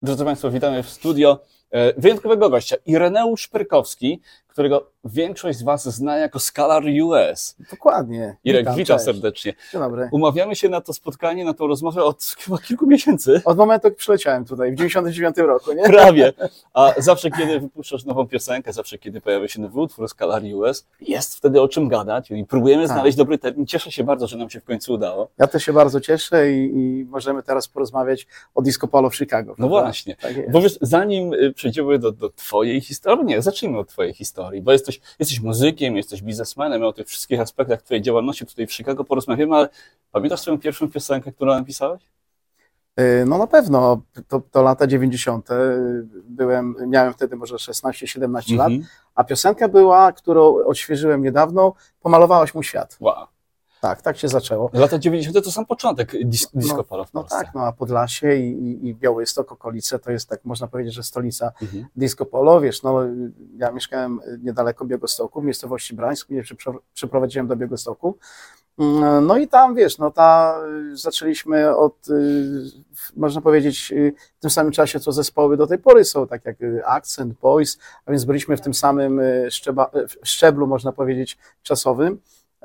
Drodzy Państwo, witamy w studio wyjątkowego gościa, Ireneusz Pyrkowski, którego większość z Was zna jako Scalar US. Dokładnie. Irek, witam serdecznie. Dzień dobry. Umawiamy się na to spotkanie, na tą rozmowę od chyba kilku miesięcy. Od momentu, jak przyleciałem tutaj, w 99 roku, nie? Prawie. A zawsze, kiedy wypuszczasz nową piosenkę, zawsze, kiedy pojawia się nowy utwór Scalar US, jest wtedy o czym gadać i próbujemy znaleźć dobry termin. Cieszę się bardzo, że nam się w końcu udało. Ja też się bardzo cieszę i możemy teraz porozmawiać o Disco Polo w Chicago. No prawda? właśnie. Tak jest. Bo wiesz, zanim przejdziemy do Twojej historii, nie, zacznijmy od Twojej historii, bo jesteś muzykiem, jesteś biznesmenem, o tych wszystkich aspektach Twojej działalności tutaj w Chicago porozmawiamy, ale pamiętasz swoją pierwszą piosenkę, którą napisałeś? No na pewno, to lata 90. Miałem wtedy może 16-17 lat, a piosenka była, którą odświeżyłem niedawno, Pomalowałaś mój świat. Wow. Tak się zaczęło. Lata 90. to sam początek disco polo w Polsce. No tak, a Podlasie i Białystok, okolice, to jest tak, można powiedzieć, że stolica disco polo. Wiesz, ja mieszkałem niedaleko Białegostoku, w miejscowości Brańsk, mnie przeprowadziłem do Białegostoku. No i tam, wiesz, zaczęliśmy od, można powiedzieć, w tym samym czasie, co zespoły do tej pory są, tak jak Accent, Boys, a więc byliśmy w tym samym szczeblu, można powiedzieć, czasowym.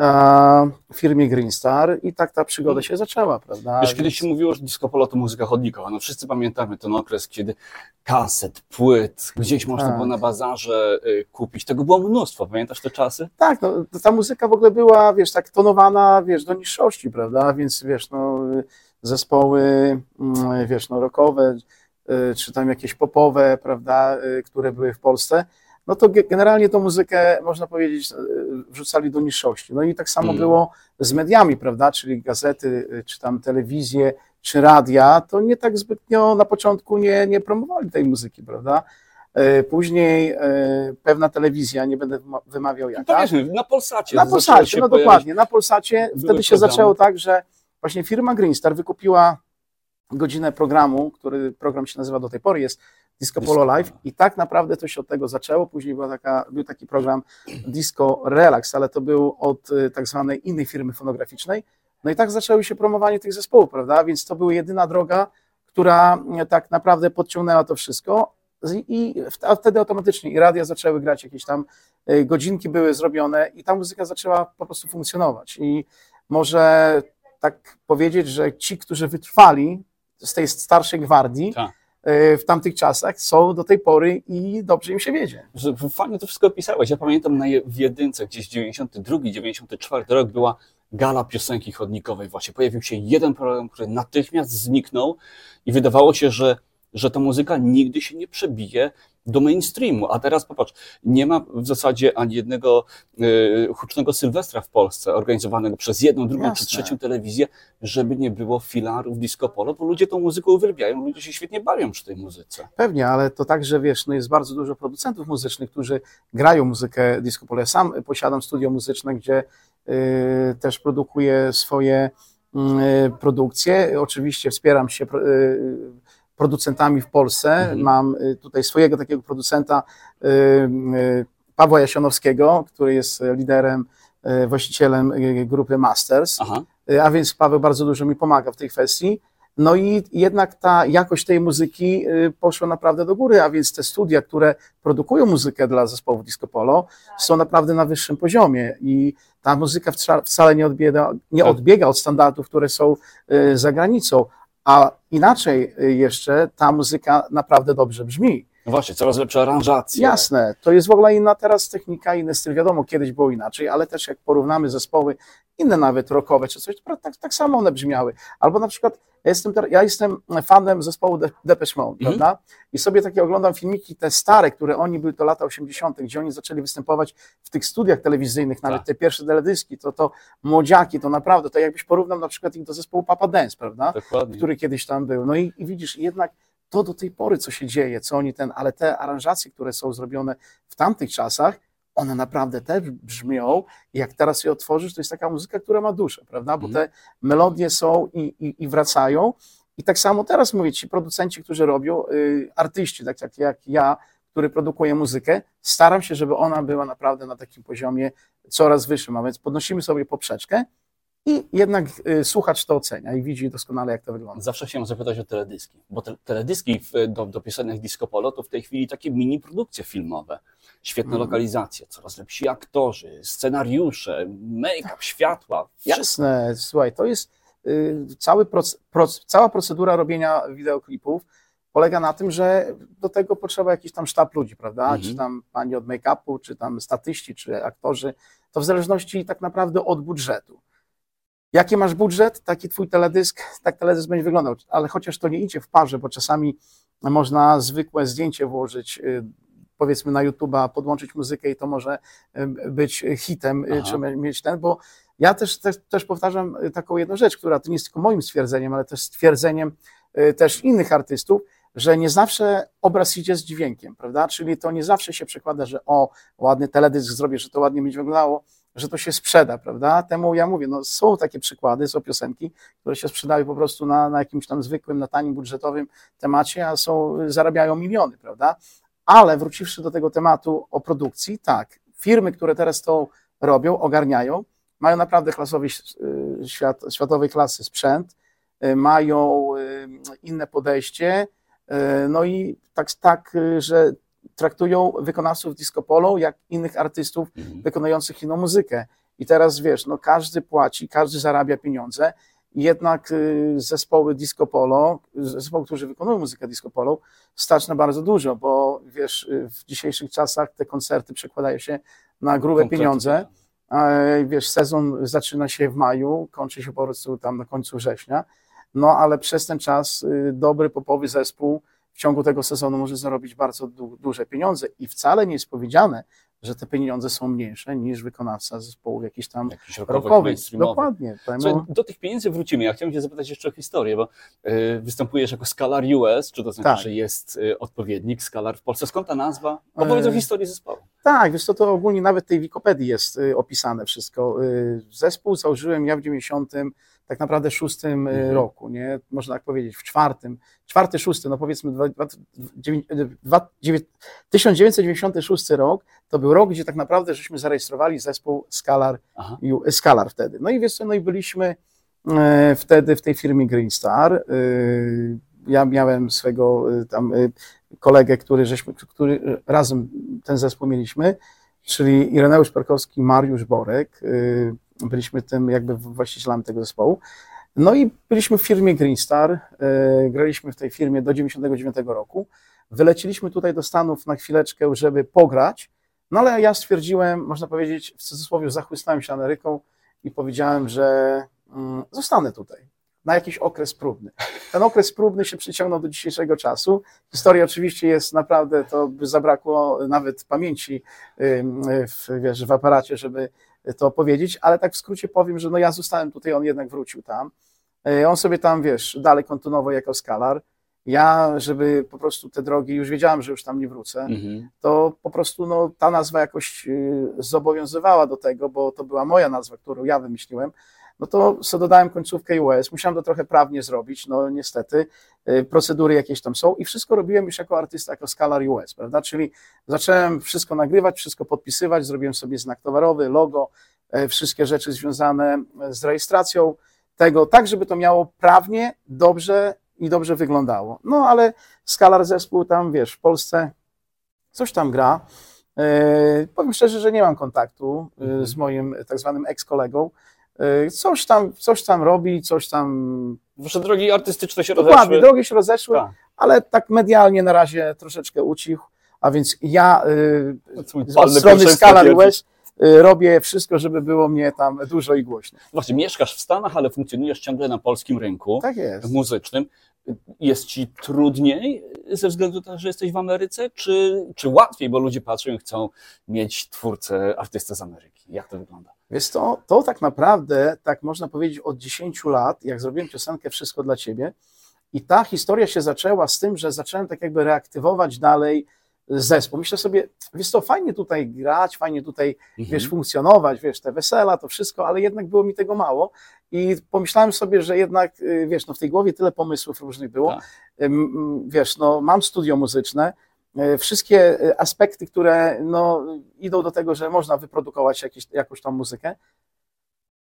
W firmie Green Star i tak ta przygoda się zaczęła, prawda? Wiesz, kiedyś się mówiło, że disco polo to muzyka chodnikowa. No wszyscy pamiętamy ten okres, kiedy kaset, płyt, gdzieś można było na bazarze kupić. Tego było mnóstwo. Pamiętasz te czasy? Tak, ta muzyka w ogóle była, wiesz, tak tonowana, wiesz, do niższości, prawda? Więc, wiesz, zespoły, wiesz, rockowe, czy tam jakieś popowe, prawda, które były w Polsce, no to generalnie tą muzykę, można powiedzieć, wrzucali do niższości. No i tak samo było z mediami, prawda, czyli gazety, czy tam telewizje, czy radia, to nie tak zbytnio na początku nie promowali tej muzyki, prawda. Później pewna telewizja, nie będę wymawiał jaka. No wiesz, na Polsacie. Na Polsacie, dokładnie, na Polsacie. Wtedy się zaczęło tak, że właśnie firma Green Star wykupiła godzinę programu, program się nazywa do tej pory, jest Disco Polo Live i tak naprawdę to się od tego zaczęło. Później był taki program Disco Relax, ale to był od tak zwanej innej firmy fonograficznej. No i tak zaczęły się promowanie tych zespołów, prawda? Więc to była jedyna droga, która tak naprawdę podciągnęła to wszystko a wtedy automatycznie i radia zaczęły grać, jakieś tam godzinki były zrobione i ta muzyka zaczęła po prostu funkcjonować. I może tak powiedzieć, że ci, którzy wytrwali z tej starszej gwardii, w tamtych czasach są do tej pory i dobrze im się wiedzie. Fajnie to wszystko opisałeś. Ja pamiętam w jedynce, gdzieś 92, 94 rok była gala piosenki chodnikowej. Właśnie pojawił się jeden program, który natychmiast zniknął i wydawało się, że ta muzyka nigdy się nie przebije do mainstreamu. A teraz popatrz, nie ma w zasadzie ani jednego hucznego Sylwestra w Polsce organizowanego przez jedną, drugą czy trzecią telewizję, żeby nie było filarów disco polo, bo ludzie tą muzykę uwielbiają, ludzie się świetnie bawią przy tej muzyce. Pewnie, ale to także, wiesz, jest bardzo dużo producentów muzycznych, którzy grają muzykę disco polo. Ja sam posiadam studio muzyczne, gdzie też produkuję swoje produkcje. Oczywiście wspieram się producentami w Polsce. Mam tutaj swojego takiego producenta, Pawła Jasionowskiego, który jest liderem, właścicielem grupy Masters. A więc Paweł bardzo dużo mi pomaga w tej kwestii. No i jednak ta jakość tej muzyki poszła naprawdę do góry, a więc te studia, które produkują muzykę dla zespołów disco polo, są naprawdę na wyższym poziomie i ta muzyka wcale nie odbiega od standardów, które są za granicą. A inaczej jeszcze ta muzyka naprawdę dobrze brzmi. No właśnie, coraz lepsze aranżacje. Jasne, to jest w ogóle inna teraz technika, inny styl. Wiadomo, kiedyś było inaczej, ale też jak porównamy zespoły, inne nawet rockowe czy coś, to tak samo one brzmiały. Albo na przykład ja jestem fanem zespołu Depeche Mode, prawda? I sobie takie oglądam filmiki, te stare, które oni były, to lata 80., gdzie oni zaczęli występować w tych studiach telewizyjnych, nawet te pierwsze teledyski, to młodziaki, to naprawdę, to jakbyś porównał na przykład ich do zespołu Papa Dance, prawda? Dokładnie. Który kiedyś tam był. No i widzisz, jednak to do tej pory, co się dzieje, ale te aranżacje, które są zrobione w tamtych czasach, one naprawdę też brzmią i jak teraz je otworzysz, to jest taka muzyka, która ma duszę, prawda? Bo te melodie są i wracają. I tak samo teraz mówię, ci producenci, którzy robią, artyści, tak jak ja, który produkuje muzykę, staram się, żeby ona była naprawdę na takim poziomie coraz wyższym, a więc podnosimy sobie poprzeczkę i jednak słuchacz to ocenia i widzi doskonale, jak to wygląda. Zawsze chciałem zapytać o teledyski, bo teledyski do piosenek Disco Polo to w tej chwili takie mini produkcje filmowe. Świetne lokalizacje, coraz lepsi aktorzy, scenariusze, make-up, światła. Jasne, słuchaj, to jest cała procedura robienia wideoklipów polega na tym, że do tego potrzeba jakiś tam sztab ludzi, prawda? Czy tam pani od make-upu, czy tam statyści, czy aktorzy. To w zależności tak naprawdę od budżetu. Jaki masz budżet, taki twój teledysk, tak teledysk będzie wyglądał. Ale chociaż to nie idzie w parze, bo czasami można zwykłe zdjęcie włożyć, powiedzmy na YouTube'a, podłączyć muzykę i to może być hitem, czy mieć ten, bo ja też powtarzam taką jedną rzecz, która to nie jest tylko moim stwierdzeniem, ale też stwierdzeniem też innych artystów, że nie zawsze obraz idzie z dźwiękiem, prawda? Czyli to nie zawsze się przekłada, że ładny teledysk zrobię, że to ładnie będzie wyglądało, że to się sprzeda, prawda? Temu ja mówię, no są takie przykłady, są piosenki, które się sprzedają po prostu na jakimś tam zwykłym, na tanim budżetowym temacie, a zarabiają miliony, prawda? Ale wróciwszy do tego tematu o produkcji, tak, firmy, które teraz to robią, ogarniają, mają naprawdę światowej klasy sprzęt, mają inne podejście, no i że traktują wykonawców disco polo jak innych artystów wykonujących inną muzykę. I teraz wiesz, no każdy płaci, każdy zarabia pieniądze, jednak zespoły disco polo, zespoły, którzy wykonują muzykę disco polo, stać na bardzo dużo, bo wiesz, w dzisiejszych czasach te koncerty przekładają się na grube pieniądze. Wiesz, sezon zaczyna się w maju, kończy się po prostu tam na końcu września, no ale przez ten czas dobry popowy zespół w ciągu tego sezonu może zarobić bardzo duże pieniądze i wcale nie jest powiedziane, że te pieniądze są mniejsze niż wykonawca zespołów jakiś tam rockowych. Dokładnie. Do tych pieniędzy wrócimy. Ja chciałem cię zapytać jeszcze o historię, bo występujesz jako Scalar US, czy to znaczy, że jest odpowiednik Scalar w Polsce? Skąd ta nazwa? Opowiedz o historii zespołu. Tak, wiesz co, to ogólnie nawet w tej Wikipedii jest opisane wszystko. Zespół założyłem ja w 90, tak naprawdę 6 roku, nie? Można tak powiedzieć, w 4., 6., no powiedzmy 1996 rok, to był rok, gdzie tak naprawdę żeśmy zarejestrowali zespół Scalar wtedy. No i wiesz co, no i byliśmy wtedy w tej firmie Green Star. Ja miałem swego tam kolegę, który razem ten zespół mieliśmy, czyli Ireneusz Perkowski, Mariusz Borek. Byliśmy tym jakby właścicielami tego zespołu. No i byliśmy w firmie Green Star, graliśmy w tej firmie do 99 roku. Wyleciliśmy tutaj do Stanów na chwileczkę, żeby pograć, no ale ja stwierdziłem, można powiedzieć, w cudzysłowie zachłysnąłem się Ameryką i powiedziałem, że zostanę tutaj na jakiś okres próbny. Ten okres próbny się przyciągnął do dzisiejszego czasu. Historia oczywiście jest naprawdę, to by zabrakło nawet pamięci w aparacie, żeby to opowiedzieć, ale tak w skrócie powiem, że no ja zostałem tutaj, on jednak wrócił tam. On sobie tam, wiesz, dalej kontynuował jako Scalar. Ja, żeby po prostu te drogi, już wiedziałem, że już tam nie wrócę, to po prostu no, ta nazwa jakoś zobowiązywała do tego, bo to była moja nazwa, którą ja wymyśliłem. No to sobie dodałem końcówkę US, musiałem to trochę prawnie zrobić, no niestety, procedury jakieś tam są i wszystko robiłem już jako artysta, jako Scalar US, prawda, czyli zacząłem wszystko nagrywać, wszystko podpisywać, zrobiłem sobie znak towarowy, logo, wszystkie rzeczy związane z rejestracją tego, tak żeby to miało prawnie dobrze i dobrze wyglądało. No ale Scalar zespół tam, wiesz, w Polsce coś tam gra. Powiem szczerze, że nie mam kontaktu z moim tak zwanym ex-kolegą. Coś tam robi, coś tam... Wasze drogi artystyczne się rozeszły. Dokładnie, drogi się rozeszły, ale tak medialnie na razie troszeczkę ucichł, a więc ja od strony Scalar US robię wszystko, żeby było mnie tam dużo i głośno. Właśnie, mieszkasz w Stanach, ale funkcjonujesz ciągle na polskim rynku muzycznym. Jest ci trudniej ze względu na to, że jesteś w Ameryce, czy łatwiej, bo ludzie patrzą i chcą mieć twórcę, artystę z Ameryki? Jak to wygląda? Wiesz to tak naprawdę, tak można powiedzieć od 10 lat, jak zrobiłem piosenkę Wszystko dla Ciebie i ta historia się zaczęła z tym, że zacząłem tak jakby reaktywować dalej zespół. Myślę sobie, wiesz to fajnie tutaj grać, fajnie tutaj, wiesz, funkcjonować, wiesz, te wesela, to wszystko, ale jednak było mi tego mało i pomyślałem sobie, że jednak, wiesz, no w tej głowie tyle pomysłów różnych było, wiesz, no mam studio muzyczne, wszystkie aspekty, które no, idą do tego, że można wyprodukować jakąś tam muzykę.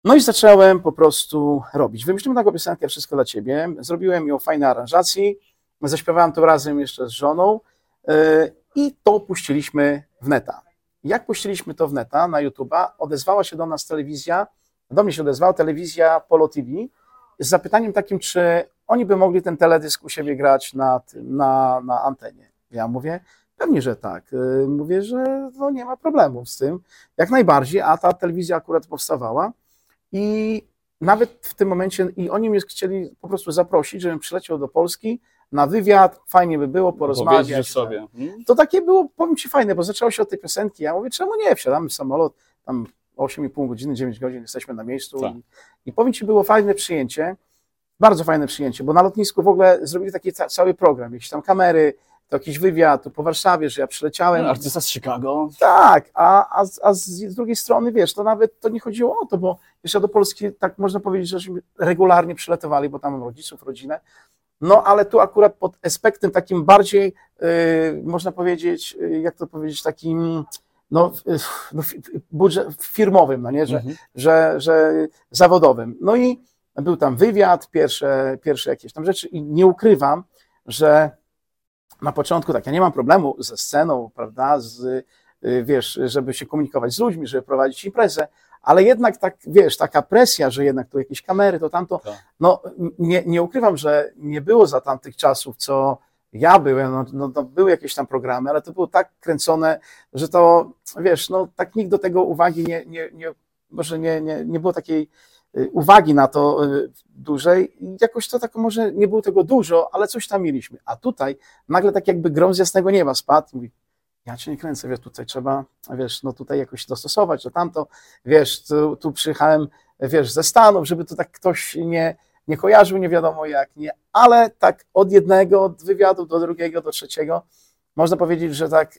No i zacząłem po prostu robić. Wymyśliłem taką piosenkę Wszystko dla ciebie. Zrobiłem ją w fajnej aranżacji. Zaśpiewałem to razem jeszcze z żoną i to puściliśmy w neta. Jak puściliśmy to w neta na YouTube'a, odezwała się do nas telewizja, do mnie się odezwała telewizja Polo TV z zapytaniem takim, czy oni by mogli ten teledysk u siebie grać na antenie. Ja mówię, pewnie, że tak. Mówię, że no nie ma problemu z tym. Jak najbardziej, a ta telewizja akurat powstawała i nawet w tym momencie i oni mnie chcieli po prostu zaprosić, żebym przyleciał do Polski na wywiad, fajnie by było porozmawiać. Sobie. To takie było, powiem Ci, fajne, bo zaczęło się od tej piosenki. Ja mówię, czemu nie? Wsiadamy w samolot, tam 8,5 godziny, 9 godzin jesteśmy na miejscu. Tak. I powiem Ci, było fajne przyjęcie, bardzo fajne przyjęcie, bo na lotnisku w ogóle zrobili taki cały program, jakieś tam kamery, to jakiś wywiad, tu po Warszawie, że ja przyleciałem. Artysta z Chicago. Tak, a z drugiej strony, wiesz, to nawet to nie chodziło o to, bo jeszcze do Polski, tak można powiedzieć, że regularnie przylatywali, bo tam mam rodziców, rodzinę. No, ale tu akurat pod aspektem takim bardziej, można powiedzieć, jak to powiedzieć, takim budżet firmowym, no nie, że zawodowym. No i był tam wywiad, pierwsze jakieś tam rzeczy i nie ukrywam, że na początku tak, ja nie mam problemu ze sceną, prawda, wiesz, żeby się komunikować z ludźmi, żeby prowadzić imprezę, ale jednak tak, wiesz, taka presja, że jednak tu jakieś kamery, to tamto, no nie ukrywam, że nie było za tamtych czasów, co ja byłem, no były jakieś tam programy, ale to było tak kręcone, że to, wiesz, no tak nikt do tego uwagi nie było takiej uwagi na to dużej i jakoś to tak może nie było tego dużo, ale coś tam mieliśmy. A tutaj nagle tak jakby grom z jasnego nieba spadł i mówi, ja cię nie kręcę, wiesz, tutaj trzeba, wiesz, no tutaj jakoś dostosować, to tamto, wiesz, tu przyjechałem, wiesz, ze Stanów, żeby to tak ktoś nie kojarzył, nie wiadomo jak, nie, ale tak od jednego, od wywiadu do drugiego, do trzeciego, można powiedzieć, że tak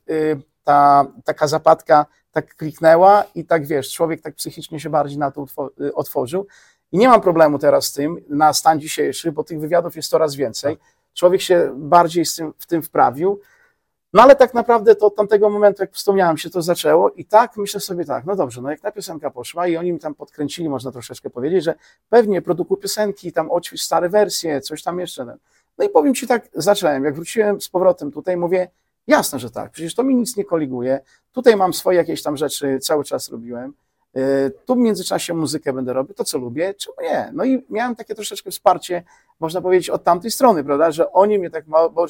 taka zapadka tak kliknęła i tak, wiesz, człowiek tak psychicznie się bardziej na to otworzył i nie mam problemu teraz z tym na stan dzisiejszy, bo tych wywiadów jest coraz więcej, człowiek się bardziej w tym wprawił. No ale tak naprawdę to od tamtego momentu, jak wspomniałem, się to zaczęło i tak myślę sobie tak, no dobrze, no jak ta piosenka poszła i oni mi tam podkręcili, można troszeczkę powiedzieć, że pewnie produkuj piosenki, tam odśwież stare wersje, coś tam jeszcze. No i powiem Ci tak, zacząłem, jak wróciłem z powrotem tutaj, mówię, jasne, że tak, przecież to mi nic nie koliguje, tutaj mam swoje jakieś tam rzeczy, cały czas robiłem, tu w międzyczasie muzykę będę robił, to co lubię, czemu nie? No i miałem takie troszeczkę wsparcie, można powiedzieć, od tamtej strony, prawda, że oni mnie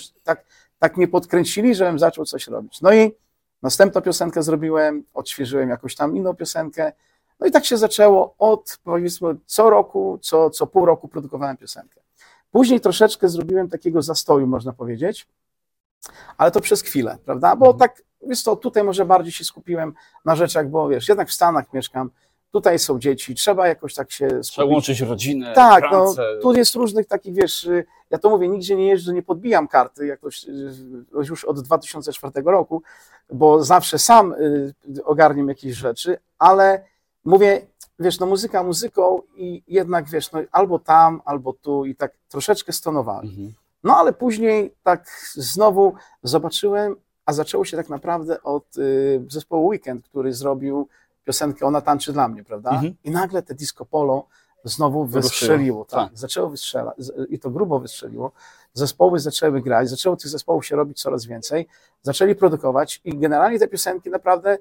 tak mnie podkręcili, żebym zaczął coś robić. No i następną piosenkę zrobiłem, odświeżyłem jakąś tam inną piosenkę, no i tak się zaczęło od, powiedzmy, co roku, co pół roku produkowałem piosenkę. Później troszeczkę zrobiłem takiego zastoju, można powiedzieć, ale to przez chwilę, prawda, bo tak, wiesz co, tutaj może bardziej się skupiłem na rzeczach, bo wiesz, jednak w Stanach mieszkam, tutaj są dzieci, trzeba jakoś tak się skupić. Trzeba łączyć rodzinę, tak, pracę. No, tu jest różnych takich, wiesz, ja to mówię, nigdzie nie jeżdżę, nie podbijam karty, jakoś już od 2004 roku, bo zawsze sam ogarniam jakieś rzeczy, ale mówię, wiesz, no muzyka muzyką i jednak, wiesz, no albo tam, albo tu i tak troszeczkę stonowałem. No ale później tak znowu zobaczyłem, a zaczęło się tak naprawdę od zespołu Weekend, który zrobił piosenkę Ona tańczy dla mnie, prawda? I nagle te disco polo znowu wystrzeliło. Tak. Zaczęło wystrzelać i to grubo wystrzeliło. Zespoły zaczęły grać, zaczęło tych zespołów się robić coraz więcej, zaczęli produkować i generalnie te piosenki naprawdę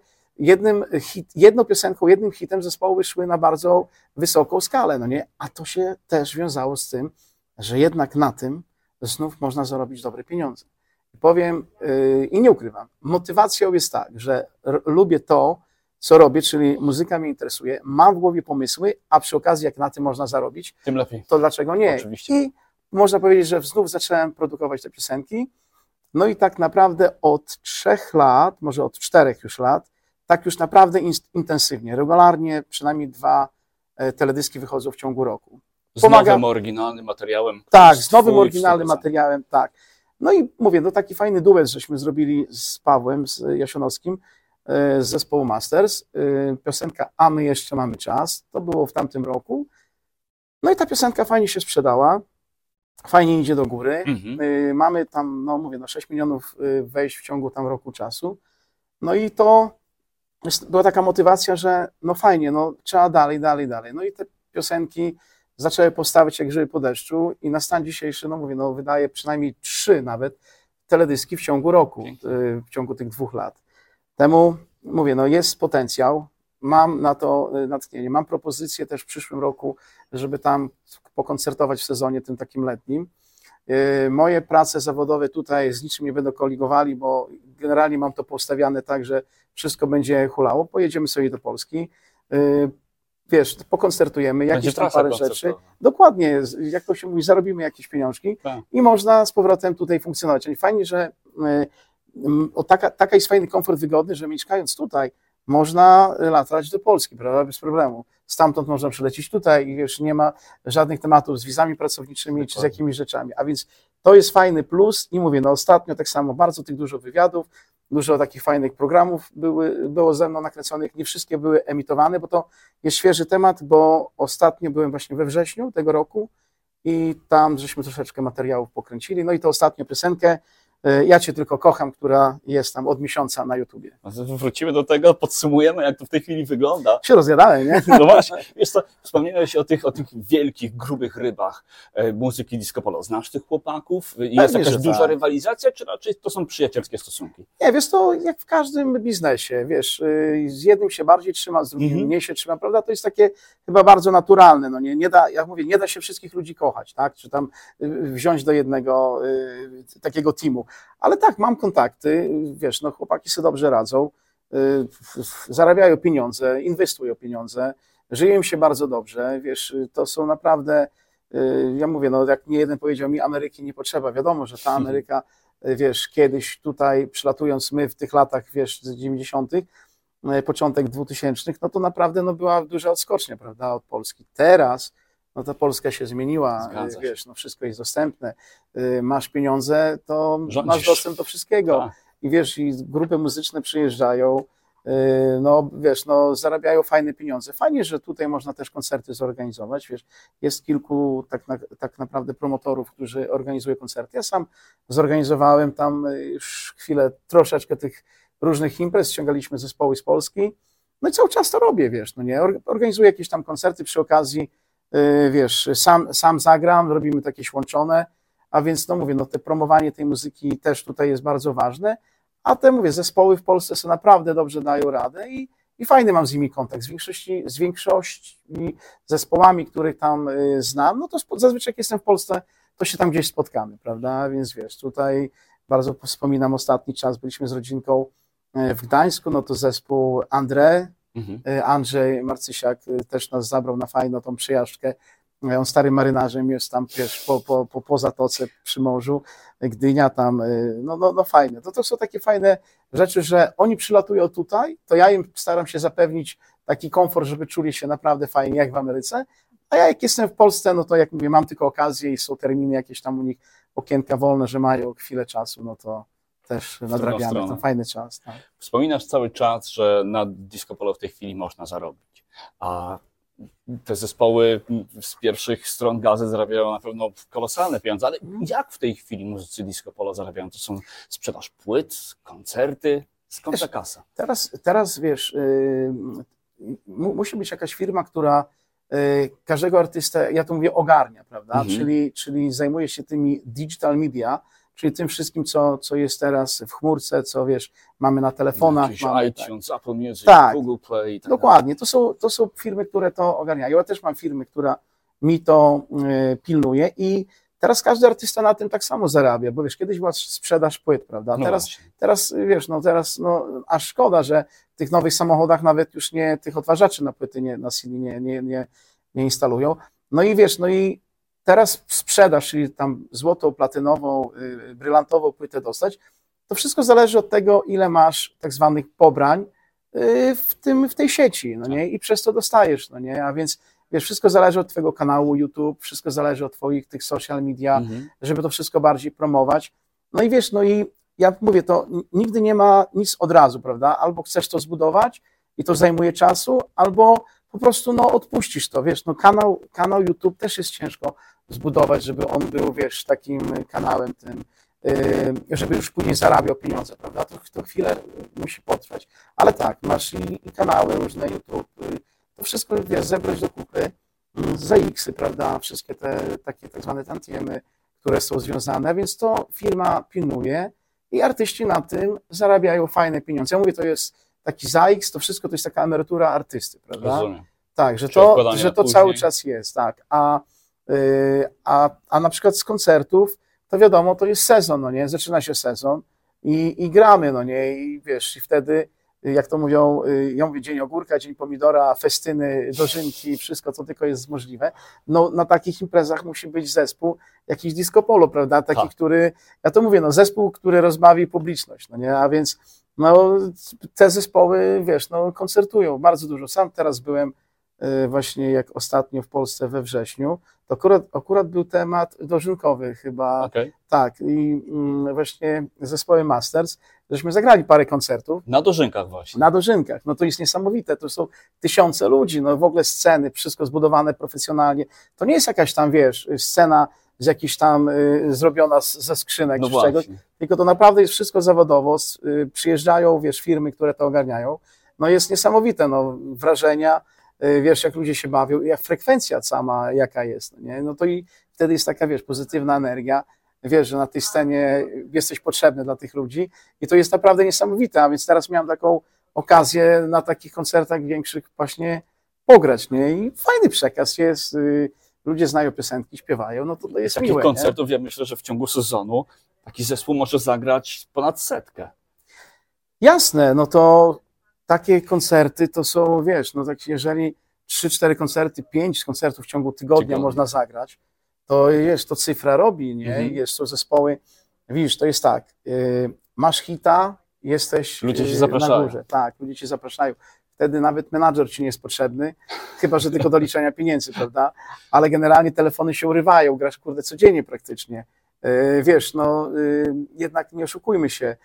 jedną piosenką, jednym hitem zespoły szły na bardzo wysoką skalę, no nie? A to się też wiązało z tym, że jednak na tym znów można zarobić dobre pieniądze. I powiem i nie ukrywam, motywacją jest tak, że lubię to, co robię, czyli muzyka mnie interesuje, mam w głowie pomysły, a przy okazji jak na tym można zarobić, tym lepiej. To dlaczego nie? Oczywiście. I można powiedzieć, że znów zacząłem produkować te piosenki, no i tak naprawdę od 3 lat, może od 4 już lat, tak już naprawdę intensywnie, regularnie, przynajmniej 2 teledyski wychodzą w ciągu roku. Z nowym oryginalnym materiałem. Tak, z nowym oryginalnym materiałem, tak. No i mówię, no taki fajny duet żeśmy zrobili z Pawłem, z Jasionowskim, z zespołu Masters. Piosenka A my jeszcze mamy czas. To było w tamtym roku. No i ta piosenka fajnie się sprzedała. Fajnie idzie do góry. Mamy tam, no mówię, 6 milionów wejść w ciągu tam roku czasu. No i to była taka motywacja, że no fajnie, no trzeba dalej. No i te piosenki zaczęły powstawać jak grzyby po deszczu i na stan dzisiejszy, no mówię, no wydaję przynajmniej 3 nawet teledyski w ciągu roku, w ciągu tych 2 lat. Temu mówię, no jest potencjał, mam na to natchnienie, mam propozycję też w przyszłym roku, żeby tam pokoncertować w sezonie tym takim letnim. Moje prace zawodowe tutaj z niczym nie będą koligowali, bo generalnie mam to postawiane tak, że wszystko będzie hulało. Pojedziemy sobie do Polski, wiesz, pokoncertujemy, jakieś tam parę rzeczy. Dokładnie, jak to się mówi, zarobimy jakieś pieniążki i można z powrotem tutaj funkcjonować. Czyli fajnie, że taka jest fajny komfort wygodny, że mieszkając tutaj można latać do Polski, prawda, bez problemu. Stamtąd można przylecieć tutaj i wiesz, nie ma żadnych tematów z wizami pracowniczymi czy z jakimiś rzeczami. A więc to jest fajny plus i mówię, no ostatnio tak samo bardzo tych dużo wywiadów, dużo takich fajnych programów było ze mną nakręconych, nie wszystkie były emitowane, bo to jest świeży temat, bo ostatnio byłem właśnie we wrześniu tego roku i tam żeśmy troszeczkę materiałów pokręcili, no i to ostatnią piosenkę Ja Cię tylko kocham, która jest tam od miesiąca na YouTubie. Wrócimy do tego, podsumujemy, jak to w tej chwili wygląda. Się rozjadałem, nie? No właśnie, wiesz co, wspomniałeś o tych wielkich, grubych rybach muzyki disco polo. Znasz tych chłopaków? Jest jakaś duża rywalizacja, czy raczej to są przyjacielskie stosunki? Nie, wiesz, to jak w każdym biznesie, wiesz, z jednym się bardziej trzyma, z drugim mniej się trzyma, prawda? To jest takie chyba bardzo naturalne, no nie da, jak mówię, nie da się wszystkich ludzi kochać, tak? Czy tam wziąć do jednego takiego teamu. Ale tak, mam kontakty, wiesz, no chłopaki sobie dobrze radzą, zarabiają pieniądze, inwestują pieniądze, żyje im się bardzo dobrze, wiesz, to są naprawdę, ja mówię, no jak nie jeden powiedział mi, Ameryki nie potrzeba, wiadomo, że ta Ameryka, wiesz, kiedyś tutaj przylatując my w tych latach, wiesz, z 90., początek 2000, no to naprawdę no, była duża odskocznia, prawda, od Polski. Teraz no to Polska się zmieniła, wiesz, no wszystko jest dostępne, masz pieniądze, to masz dostęp do wszystkiego. Tak. I wiesz, i grupy muzyczne przyjeżdżają, no wiesz, no zarabiają fajne pieniądze. Fajnie, że tutaj można też koncerty zorganizować, wiesz, jest kilku tak naprawdę promotorów, którzy organizują koncerty. Ja sam zorganizowałem tam już chwilę troszeczkę tych różnych imprez, ściągaliśmy zespoły z Polski, no i cały czas to robię, wiesz, no nie, organizuję jakieś tam koncerty przy okazji, wiesz, sam zagram, robimy takie łączone, a więc no mówię, no te promowanie tej muzyki też tutaj jest bardzo ważne, a te mówię, zespoły w Polsce sobie naprawdę dobrze dają radę i fajny mam z nimi kontakt. Z większości zespołami, których tam znam, no to zazwyczaj jak jestem w Polsce, to się tam gdzieś spotkamy, prawda, więc wiesz, tutaj bardzo wspominam ostatni czas, byliśmy z rodzinką w Gdańsku, no to zespół Andrzej Marcysiak też nas zabrał na fajną tą przejażdżkę. On starym marynarzem jest tam, wiesz, po zatoce przy morzu, Gdynia tam, no fajne. To są takie fajne rzeczy, że oni przylatują tutaj, to ja im staram się zapewnić taki komfort, żeby czuli się naprawdę fajnie jak w Ameryce, a ja jak jestem w Polsce, no to jak mówię, mam tylko okazję i są terminy jakieś tam u nich, okienka wolne, że mają chwilę czasu, no to też nadrabiamy, to fajny czas. Tak. Wspominasz cały czas, że na disco polo w tej chwili można zarobić, a te zespoły z pierwszych stron gazet zarabiają na pewno kolosalne pieniądze, ale jak w tej chwili muzycy disco polo zarabiają? To są sprzedaż płyt, koncerty, skąd ta kasa? Teraz wiesz, musi być jakaś firma, która każdego artystę, ja to mówię, ogarnia, prawda? Czyli zajmuje się tymi digital media, czyli tym wszystkim, co jest teraz w chmurce, co wiesz, mamy na telefonach. Mamy, iTunes, Apple Music, Google Play. Tak dokładnie, to są firmy, które to ogarniają. Ja też mam firmę, która mi to pilnuje i teraz każdy artysta na tym tak samo zarabia, bo wiesz, kiedyś była sprzedaż płyt, prawda? Teraz wiesz, aż szkoda, że w tych nowych samochodach nawet już nie tych odtwarzaczy na płyty na CD nie instalują. No i wiesz, teraz sprzedaż, czyli tam złotą, platynową, brylantową płytę dostać, to wszystko zależy od tego, ile masz tak zwanych pobrań w tej sieci, no nie? I przez to dostajesz, no nie? A więc wiesz, wszystko zależy od twojego kanału YouTube, wszystko zależy od twoich tych social media, żeby to wszystko bardziej promować. No i wiesz, i ja mówię, to nigdy nie ma nic od razu, prawda? Albo chcesz to zbudować i to zajmuje czasu, albo po prostu odpuścisz to, wiesz, kanał YouTube też jest ciężko zbudować, żeby on był, wiesz, takim kanałem tym, żeby już później zarabiał pieniądze, prawda? to chwilę musi potrwać. Ale tak, masz i kanały różne, YouTube, to wszystko, wiesz, zebrać do kupy, ZX-y, prawda, wszystkie te takie tak zwane tantiemy, które są związane, więc to firma pilnuje i artyści na tym zarabiają fajne pieniądze. Ja mówię, to jest taki ZX, to wszystko to jest taka emerytura artysty, prawda? Rozumiem. Tak, że to cały czas jest, tak. A na przykład z koncertów, to wiadomo, to jest sezon, no nie? Zaczyna się sezon i gramy, no nie? I wiesz, i wtedy, jak to mówią, ja mówię dzień ogórka, dzień pomidora, festyny, dożynki, wszystko, co tylko jest możliwe. No na takich imprezach musi być zespół, jakiś disco polo, prawda? Taki, który, ja to mówię, no zespół, który rozbawi publiczność, no nie? A więc, no te zespoły, wiesz, no koncertują bardzo dużo. Sam teraz byłem właśnie jak ostatnio w Polsce we wrześniu, to akurat był temat dożynkowy chyba, tak, i właśnie zespołem Masters, żeśmy zagrali parę koncertów. Na dożynkach właśnie. Na dożynkach, no to jest niesamowite, to są tysiące ludzi, no w ogóle sceny, wszystko zbudowane profesjonalnie, to nie jest jakaś tam, wiesz, scena z jakiś tam zrobiona ze skrzynek czy czegoś, tylko to naprawdę jest wszystko zawodowo, przyjeżdżają, wiesz, firmy, które to ogarniają, no jest niesamowite, no wrażenia, wiesz, jak ludzie się bawią, jak frekwencja sama jaka jest, nie? No to i wtedy jest taka, wiesz, pozytywna energia, wiesz, że na tej scenie jesteś potrzebny dla tych ludzi i to jest naprawdę niesamowite, a więc teraz miałem taką okazję na takich koncertach większych właśnie pograć, nie? I fajny przekaz jest, ludzie znają piosenki, śpiewają, no to jest miłe. Takich koncertów, ja myślę, że w ciągu sezonu taki zespół może zagrać ponad 100. Jasne, no to takie koncerty to są, wiesz, no tak jeżeli 3-4 koncerty, 5 koncertów w ciągu tygodnia można zagrać, to wiesz, to cyfra robi, nie? I są zespoły, widzisz, to jest tak, masz hita, jesteś ludzie ci zapraszają. Na górze, tak, ludzie cię zapraszają. Wtedy nawet menadżer ci nie jest potrzebny, chyba że tylko do liczenia pieniędzy, prawda? Ale generalnie telefony się urywają, grasz kurde codziennie praktycznie. Wiesz, no jednak nie oszukujmy się,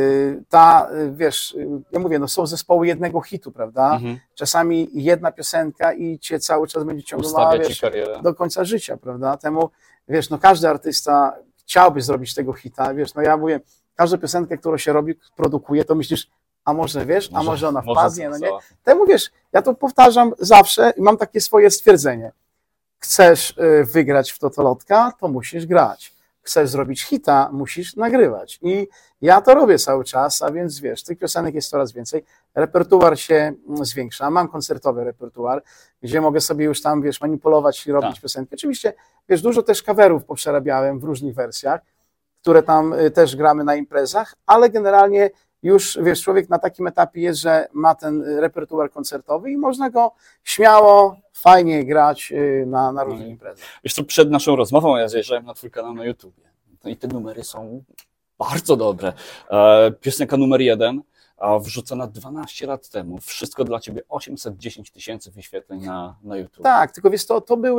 wiesz, ja mówię, no są zespoły jednego hitu, prawda? Czasami jedna piosenka i cię cały czas będzie ciągnęła, wiesz, do końca życia, prawda? Temu, wiesz, no każdy artysta chciałby zrobić tego hita, wiesz, no ja mówię, każdą piosenkę, którą się robi, produkuje, to myślisz, a może, wiesz, a może ona wpadnie, no nie? Temu, wiesz, ja to powtarzam zawsze i mam takie swoje stwierdzenie. Chcesz wygrać w totolotka, to musisz grać. Chcesz zrobić hita, musisz nagrywać. I ja to robię cały czas, a więc wiesz, tych piosenek jest coraz więcej. Repertuar się zwiększa. Mam koncertowy repertuar, gdzie mogę sobie już tam, wiesz, manipulować i robić piosenki. Oczywiście, wiesz, dużo też coverów poprzerabiałem w różnych wersjach, które tam też gramy na imprezach, ale generalnie już, wiesz, człowiek na takim etapie jest, że ma ten repertuar koncertowy i można go śmiało, fajnie grać na różnych imprezach. Wiesz co, przed naszą rozmową ja zajrzałem na twój kanał na YouTubie. No i te numery są bardzo dobre. Piosenka numer 1, wrzucona 12 lat temu. Wszystko dla ciebie, 810 000 wyświetleń na YouTube. Tak, tylko wiesz,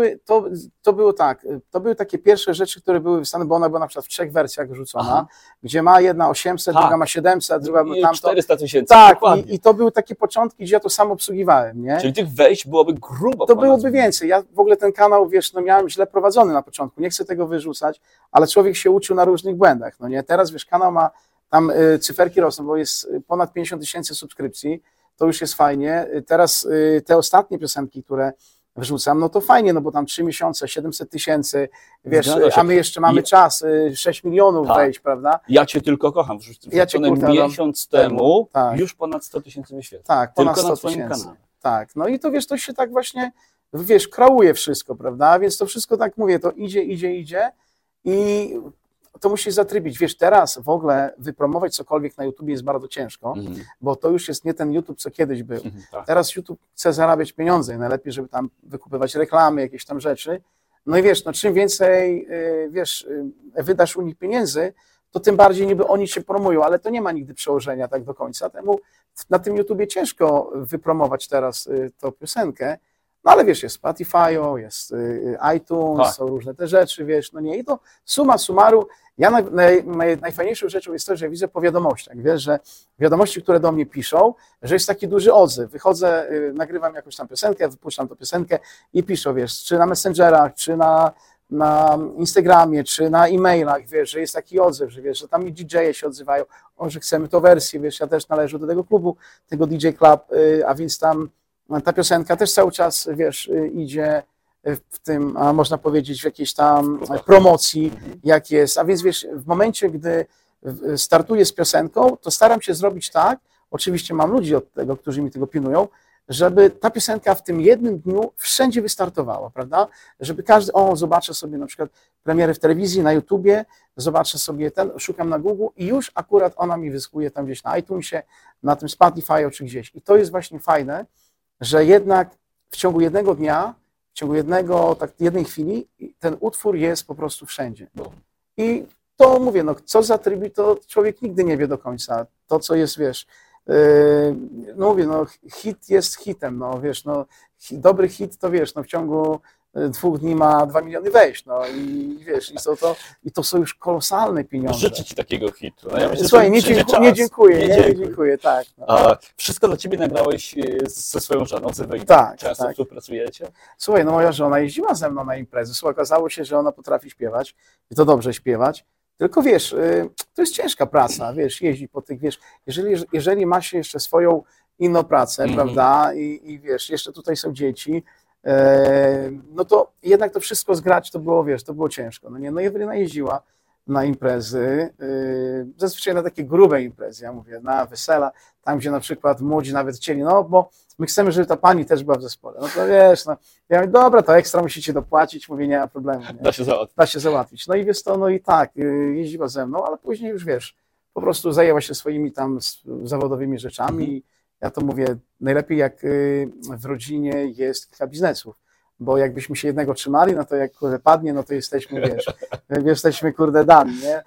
to były takie pierwsze rzeczy, które były wstane, bo ona była na przykład w 3 wersjach wrzucona, gdzie ma jedna 800, druga ma 700, druga ma tamto. 400 000. Tak, i to były takie początki, gdzie ja to sam obsługiwałem, nie? Czyli tych wejść byłoby grubo. To byłoby więcej. Ja w ogóle ten kanał, wiesz, no miałem źle prowadzony na początku, nie chcę tego wyrzucać, ale człowiek się uczył na różnych błędach, no nie? Teraz, wiesz, kanał ma tam cyferki rosną, bo jest ponad 50 000 subskrypcji, to już jest fajnie. Teraz te ostatnie piosenki, które wrzucam, no to fajnie, no bo tam 3 miesiące, 700 000, wiesz, a my jeszcze mamy czas, 6 milionów wejść, prawda? Ja cię tylko kocham. Miesiąc temu już ponad 100 000 wyświetleń. Tak, ponad 100 000. Tak, no i to wiesz, to się tak właśnie, wiesz, kreuje wszystko, prawda? Więc to wszystko, tak mówię, to idzie i to musisz zatrybić. Wiesz, teraz w ogóle wypromować cokolwiek na YouTube jest bardzo ciężko, bo to już jest nie ten YouTube, co kiedyś był. Teraz YouTube chce zarabiać pieniądze i najlepiej, żeby tam wykupywać reklamy, jakieś tam rzeczy. No i wiesz, no czym więcej, wiesz, wydasz u nich pieniędzy, to tym bardziej niby oni się promują, ale to nie ma nigdy przełożenia tak do końca. Temu na tym YouTubie ciężko wypromować teraz tą piosenkę. No ale wiesz, jest Spotify, jest iTunes, są różne te rzeczy, wiesz, no nie, i to summa summarum, ja najfajniejszą rzeczą jest to, że widzę po wiadomościach, wiesz, że wiadomości, które do mnie piszą, że jest taki duży odzew, wychodzę, nagrywam jakąś tam piosenkę, wypuszczam tę piosenkę i piszą, wiesz, czy na Messengerach, czy na na Instagramie, czy na e-mailach, wiesz, że jest taki odzew, że wiesz, że tam i DJ-e się odzywają, o, że chcemy tą wersję, wiesz, ja też należę do tego klubu, tego DJ Club, a więc tam ta piosenka też cały czas, wiesz, idzie w tym, a można powiedzieć, w jakiejś tam promocji, jak jest, a więc wiesz, w momencie, gdy startuję z piosenką, to staram się zrobić tak, oczywiście mam ludzi od tego, którzy mi tego pilnują, żeby ta piosenka w tym jednym dniu wszędzie wystartowała, prawda? Żeby każdy, zobaczę sobie na przykład premiery w telewizji, na YouTubie, zobaczę sobie szukam na Google i już akurat ona mi wyskakuje tam gdzieś na iTunesie, na tym Spotify czy gdzieś. I to jest właśnie fajne, że jednak w ciągu jednego dnia, w ciągu jednej chwili ten utwór jest po prostu wszędzie. I to mówię, no co za trybi, to człowiek nigdy nie wie do końca. To, co jest, wiesz, no mówię, no hit jest hitem, no wiesz, no dobry hit to wiesz, no w ciągu 2 dni ma 2 miliony wejść, no i wiesz, i to są już kolosalne pieniądze. Życzę ci takiego hitu. No ja myślę, słuchaj, nie dziękuję, tak. No. A wszystko dla ciebie nagrałeś ze swoją żoną, z Eweliną? Tak, często tak. współpracujecie? Słuchaj, no moja żona jeździła ze mną na imprezy, słuchaj, okazało się, że ona potrafi śpiewać i to dobrze śpiewać. Tylko wiesz, to jest ciężka praca, wiesz, jeździć po tych, wiesz, jeżeli ma się jeszcze swoją inną pracę, prawda, i wiesz, jeszcze tutaj są dzieci, no to jednak to wszystko zgrać to było, wiesz, to było ciężko. No nie, no Ewelina jeździła na imprezy, zazwyczaj na takie grube imprezy, ja mówię, na wesela, tam gdzie na przykład młodzi nawet chcieli, no bo my chcemy, żeby ta pani też była w zespole. No to wiesz, no, ja mówię, dobra, to ekstra musicie dopłacić, mówię, nie ma problemu. Nie? Da się załatwić. No i wiesz to, no i tak, jeździła ze mną, ale później już wiesz, po prostu zajęła się swoimi tam zawodowymi rzeczami. Ja to mówię, najlepiej jak w rodzinie jest kilka biznesów, bo jakbyśmy się jednego trzymali, no to jak kurde padnie, no to jesteśmy, wiesz, jesteśmy kurde dani, nie?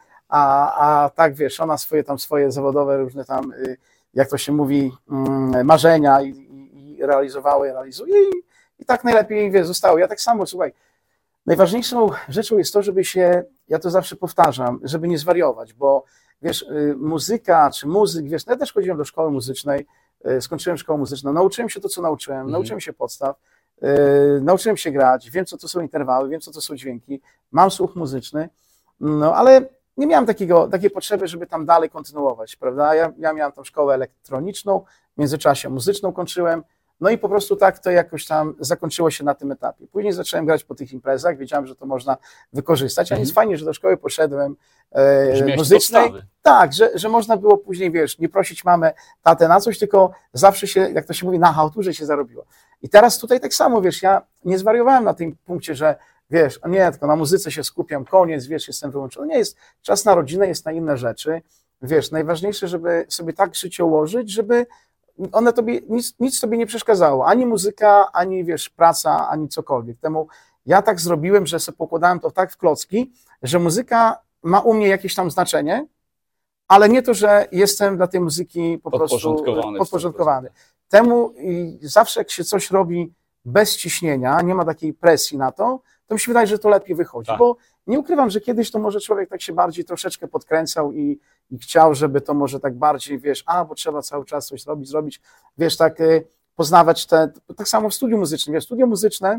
A tak wiesz, ona swoje zawodowe różne tam, jak to się mówi, marzenia i realizuje i tak najlepiej, wiesz, zostało. Ja tak samo, słuchaj, najważniejszą rzeczą jest to, żeby się, ja to zawsze powtarzam, żeby nie zwariować, bo wiesz, muzyka czy muzyk, wiesz, no ja też chodziłem do szkoły muzycznej, skończyłem szkołę muzyczną, nauczyłem się to, co nauczyłem, nauczyłem się podstaw, nauczyłem się grać, wiem, co to są interwały, wiem, co to są dźwięki, mam słuch muzyczny, no ale nie miałem takiej potrzeby, żeby tam dalej kontynuować, prawda? Ja miałem tam szkołę elektroniczną, w międzyczasie muzyczną kończyłem, no i po prostu tak to jakoś tam zakończyło się na tym etapie. Później zacząłem grać po tych imprezach, wiedziałem, że to można wykorzystać, a więc fajnie, że do szkoły poszedłem muzycznej. Tak, że można było później, wiesz, nie prosić mamę, tatę na coś, tylko zawsze się, jak to się mówi, na chałturze się zarobiło. I teraz tutaj tak samo, wiesz, ja nie zwariowałem na tym punkcie, że wiesz, nie, tylko na muzyce się skupiam, koniec, wiesz, jestem wyłączony. Nie, jest czas na rodzinę, jest na inne rzeczy. Wiesz, najważniejsze, żeby sobie tak życie ułożyć, żeby one tobie, nic tobie nie przeszkadzało. Ani muzyka, ani wiesz, praca, ani cokolwiek. Temu ja tak zrobiłem, że sobie pokładałem to tak w klocki, że muzyka ma u mnie jakieś tam znaczenie, ale nie to, że jestem dla tej muzyki po prostu podporządkowany. Temu i zawsze jak się coś robi bez ciśnienia, nie ma takiej presji na to mi się wydaje, że to lepiej wychodzi, tak. Bo nie ukrywam, że kiedyś to może człowiek tak się bardziej troszeczkę podkręcał i chciał, żeby to może tak bardziej, wiesz, bo trzeba cały czas coś zrobić, wiesz, tak poznawać tak samo w studiu muzycznym. Wiesz, studio muzyczne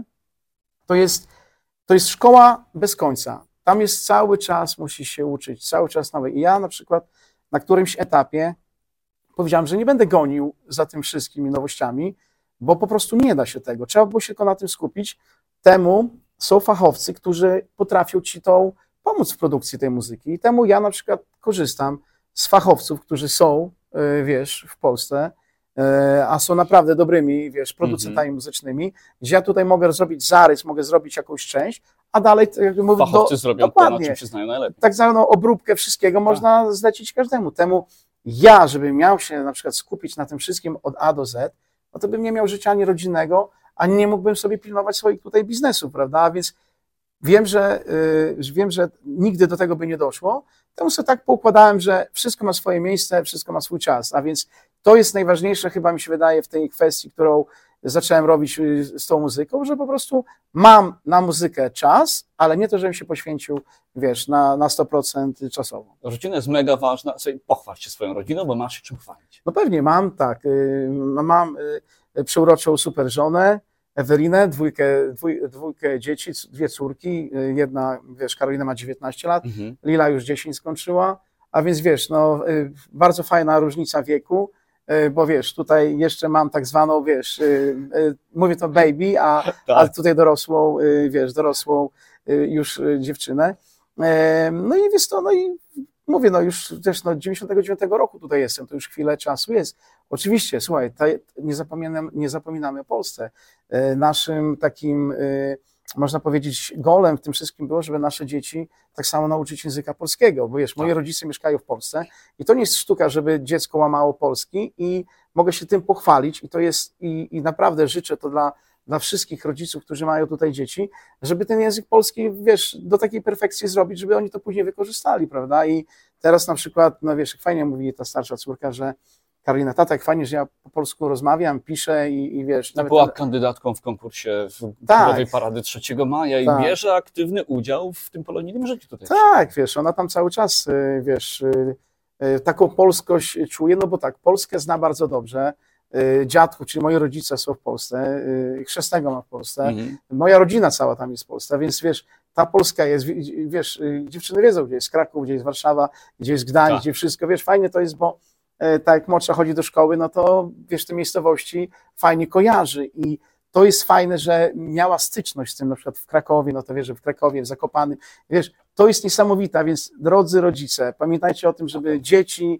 to jest szkoła bez końca. Tam jest cały czas, musisz się uczyć, cały czas nowe. I ja na przykład na którymś etapie powiedziałem, że nie będę gonił za tym wszystkimi nowościami, bo po prostu nie da się tego. Trzeba było się tylko na tym skupić. Temu są fachowcy, którzy potrafią ci pomóc w produkcji tej muzyki. I temu ja na przykład korzystam z fachowców, którzy są, wiesz, w Polsce, a są naprawdę dobrymi, wiesz, producentami muzycznymi, gdzie ja tutaj mogę zrobić zarys, mogę zrobić jakąś część, a dalej, jak mówię, fachowcy zrobią to, na czym się znają najlepiej. Tak zwaną obróbkę wszystkiego można zlecić każdemu. Temu ja, żebym miał się na przykład skupić na tym wszystkim od A do Z, no to bym nie miał życia ani rodzinnego, ani nie mógłbym sobie pilnować swoich tutaj biznesów, prawda? A więc wiem, że nigdy do tego by nie doszło. Temu sobie tak poukładałem, że wszystko ma swoje miejsce, wszystko ma swój czas. A więc to jest najważniejsze, chyba mi się wydaje, w tej kwestii, którą zacząłem robić z tą muzyką, że po prostu mam na muzykę czas, ale nie to, żebym się poświęcił, wiesz, na 100% czasowo. Rodzina jest mega ważna. Sobie pochwal się swoją rodziną, bo masz się czym chwalić. No pewnie mam, tak. Mam przeuroczą super żonę, Ewelinę, dwójkę dzieci, dwie córki, jedna, wiesz, Karolina ma 19 lat, Lila już 10 skończyła, a więc wiesz, no bardzo fajna różnica wieku, bo wiesz, tutaj jeszcze mam tak zwaną, wiesz, mówię to baby, a tutaj dorosłą, wiesz, dorosłą już dziewczynę. No i wiesz to, no i mówię, no już też no 99 roku tutaj jestem, to już chwilę czasu jest. Oczywiście, słuchaj, nie zapominamy o Polsce. Naszym takim, można powiedzieć, golem w tym wszystkim było, żeby nasze dzieci tak samo nauczyć języka polskiego, bo wiesz, moi rodzice mieszkają w Polsce i to nie jest sztuka, żeby dziecko łamało polski i mogę się tym pochwalić i to jest, i naprawdę życzę to dla wszystkich rodziców, którzy mają tutaj dzieci, żeby ten język polski, wiesz, do takiej perfekcji zrobić, żeby oni to później wykorzystali, prawda? I teraz na przykład, no wiesz, fajnie mówi ta starsza córka, że Karolina, tata, jak fajnie, że ja po polsku rozmawiam, piszę i wiesz... Nawet była kandydatką w konkursie w Królowej Parady 3 Maja i bierze aktywny udział w tym polonijnym życiu tutaj. Tak, wiesz, ona tam cały czas, wiesz, taką polskość czuje, no bo tak, Polskę zna bardzo dobrze, dziadków, czyli moi rodzice są w Polsce, chrzestnego ma w Polsce, moja rodzina cała tam jest w Polsce, więc wiesz, ta Polska jest, wiesz, dziewczyny wiedzą, gdzie jest Kraków, gdzie jest Warszawa, gdzie jest Gdańsk, gdzie wszystko, wiesz, fajnie to jest, bo tak jak młodsza chodzi do szkoły, no to wiesz, te miejscowości fajnie kojarzy i to jest fajne, że miała styczność z tym, na przykład w Krakowie, no to wiesz, że w Krakowie, w Zakopanym, wiesz, to jest niesamowite, więc drodzy rodzice, pamiętajcie o tym, żeby dzieci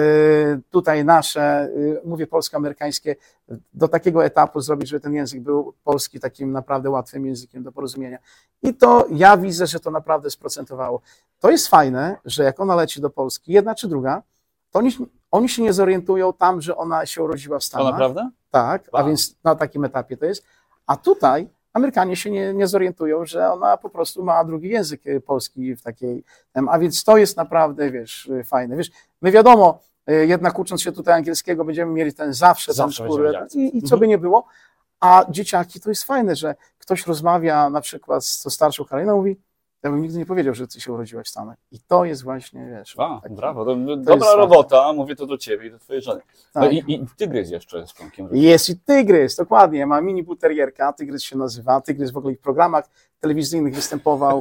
tutaj nasze, mówię polsko-amerykańskie, do takiego etapu zrobić, żeby ten język był polski takim naprawdę łatwym językiem do porozumienia. I to ja widzę, że to naprawdę sprocentowało. To jest fajne, że jak ona leci do Polski, jedna czy druga, to oni się nie zorientują tam, że ona się urodziła w Stanach. To naprawdę? Tak, wow. A więc na takim etapie to jest. A tutaj Amerykanie się nie zorientują, że ona po prostu ma drugi język polski w takiej... A więc to jest naprawdę, wiesz, fajne. Wiesz, my wiadomo, jednak ucząc się tutaj angielskiego będziemy mieli ten zawsze skórę i co by nie było, a dzieciaki to jest fajne, że ktoś rozmawia na przykład z starszą Karoliną, mówi, ja bym nigdy nie powiedział, że ty się urodziłaś w Stanach. I to jest właśnie, wiesz... Brawo, to dobra robota, mówię to do ciebie i do twojej żony. Tak. No i tygrys jeszcze jest członkiem. Jest i tygrys, dokładnie. Ma mini buterierka, tygrys się nazywa. Tygrys w ogóle w programach telewizyjnych występował.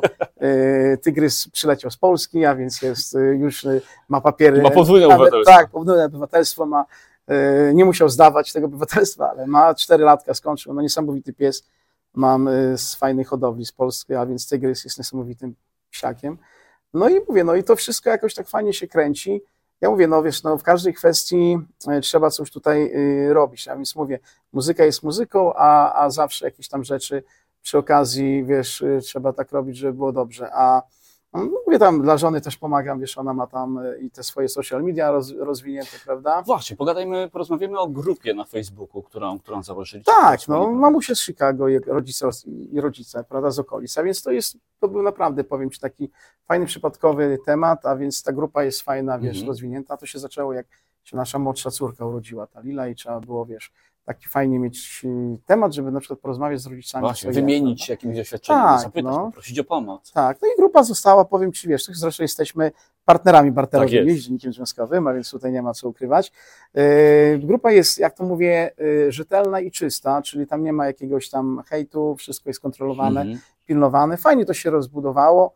Tygrys przyleciał z Polski, a więc jest już ma papiery. Ma podwójne obywatelstwo. Tak, podwójne obywatelstwo ma. Nie musiał zdawać tego obywatelstwa, ale ma 4 latka, skończył. No niesamowity pies. Mam z fajnej hodowli z Polski, a więc tygrys jest niesamowitym psiakiem. No i mówię, no i to wszystko jakoś tak fajnie się kręci. Ja mówię, no wiesz, no w każdej kwestii trzeba coś tutaj robić, a więc mówię, muzyka jest muzyką, a zawsze jakieś tam rzeczy przy okazji, wiesz, trzeba tak robić, żeby było dobrze, a no, mówię tam, dla żony też pomagam, wiesz, ona ma tam i te swoje social media rozwinięte, prawda? Właśnie, porozmawiamy o grupie na Facebooku, którą założyliście. Tak, no, mamusia z Chicago, rodzice, prawda, z okolic, a więc to był naprawdę, powiem ci, taki fajny, przypadkowy temat, a więc ta grupa jest fajna, wiesz, rozwinięta. To się zaczęło, jak się nasza młodsza córka urodziła, ta Lila, i trzeba było, wiesz, taki fajnie mieć temat, żeby na przykład porozmawiać z rodzicami. Właśnie, wymienić jakimś doświadczeniem, zapytać, poprosić o pomoc. Tak, no i grupa została, powiem ci, wiesz, zresztą jesteśmy partnerami barterowymi, dziennikiem związkowym, a więc tutaj nie ma co ukrywać. Grupa jest, jak to mówię, rzetelna i czysta, czyli tam nie ma jakiegoś tam hejtu, wszystko jest kontrolowane, pilnowane. Fajnie to się rozbudowało.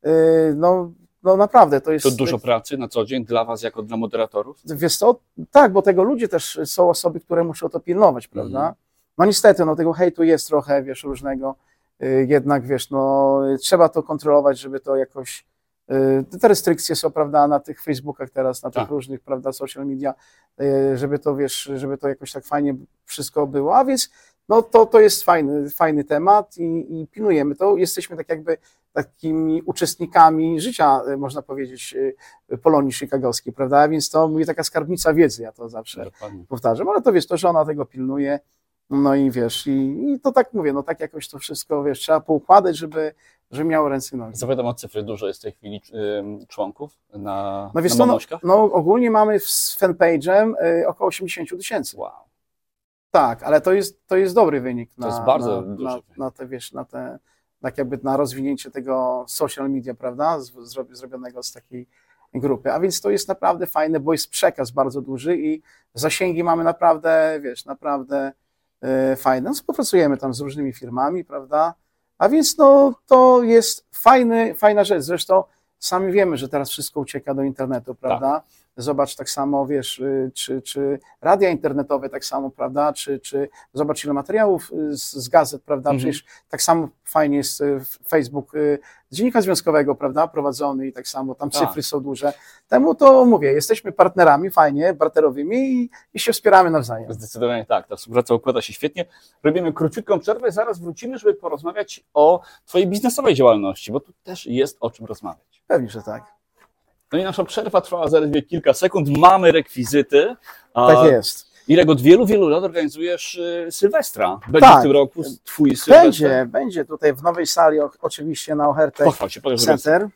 No naprawdę, to jest... To dużo pracy na co dzień dla was, jako dla moderatorów? Wiesz co, tak, bo tego ludzie też są osoby, które muszą to pilnować, prawda? No niestety, no tego hejtu jest trochę, wiesz, różnego, jednak, wiesz, no trzeba to kontrolować, żeby to jakoś... Te restrykcje są, prawda, na tych Facebookach teraz, na tych różnych, prawda, social media, żeby to, wiesz, żeby to jakoś tak fajnie wszystko było, a więc no to jest fajny temat i pilnujemy to. Jesteśmy tak jakby takimi uczestnikami życia, można powiedzieć, Polonii chicagowskiej, prawda? A więc to mówię, taka skarbnica wiedzy, ja to zawsze powtarzam, ale to wiesz, to żona tego pilnuje, no i wiesz, i to tak mówię, no tak jakoś to wszystko, wiesz, trzeba poukładać, żeby miało ręce i nogi. Zapytam o cyfry, dużo jest w tej chwili członków na Mamuśkach? No ogólnie mamy z fanpage'em około 80 000. Wow. Tak, ale to jest dobry wynik. To jest bardzo duży wynik. Na te, wiesz, tak jakby na rozwinięcie tego social media, prawda, zrobionego z takiej grupy. A więc to jest naprawdę fajne, bo jest przekaz bardzo duży i zasięgi mamy naprawdę, wiesz, naprawdę fajne. No, współpracujemy tam z różnymi firmami, prawda? A więc no, to jest fajna rzecz. Zresztą sami wiemy, że teraz wszystko ucieka do internetu, prawda? Tak. Zobacz tak samo, wiesz, czy radia internetowe tak samo, prawda? Czy zobacz ile materiałów z gazet, prawda? Przecież tak samo fajnie jest Facebook Dziennika Związkowego, prawda? Prowadzony i tak samo tam cyfry są duże. Temu to mówię, jesteśmy partnerami fajnie, barterowymi i się wspieramy nawzajem. Zdecydowanie tak, ta współpraca układa się świetnie. Robimy króciutką przerwę, zaraz wrócimy, żeby porozmawiać o twojej biznesowej działalności, bo tu też jest o czym rozmawiać. Pewnie, że tak. No i nasza przerwa trwała zaledwie kilka sekund. Mamy rekwizyty. Tak jest. Irek, od wielu lat organizujesz Sylwestra. Będzie w tym roku twój Sylwester? Będzie tutaj w nowej sali, oczywiście na Ochertech Center.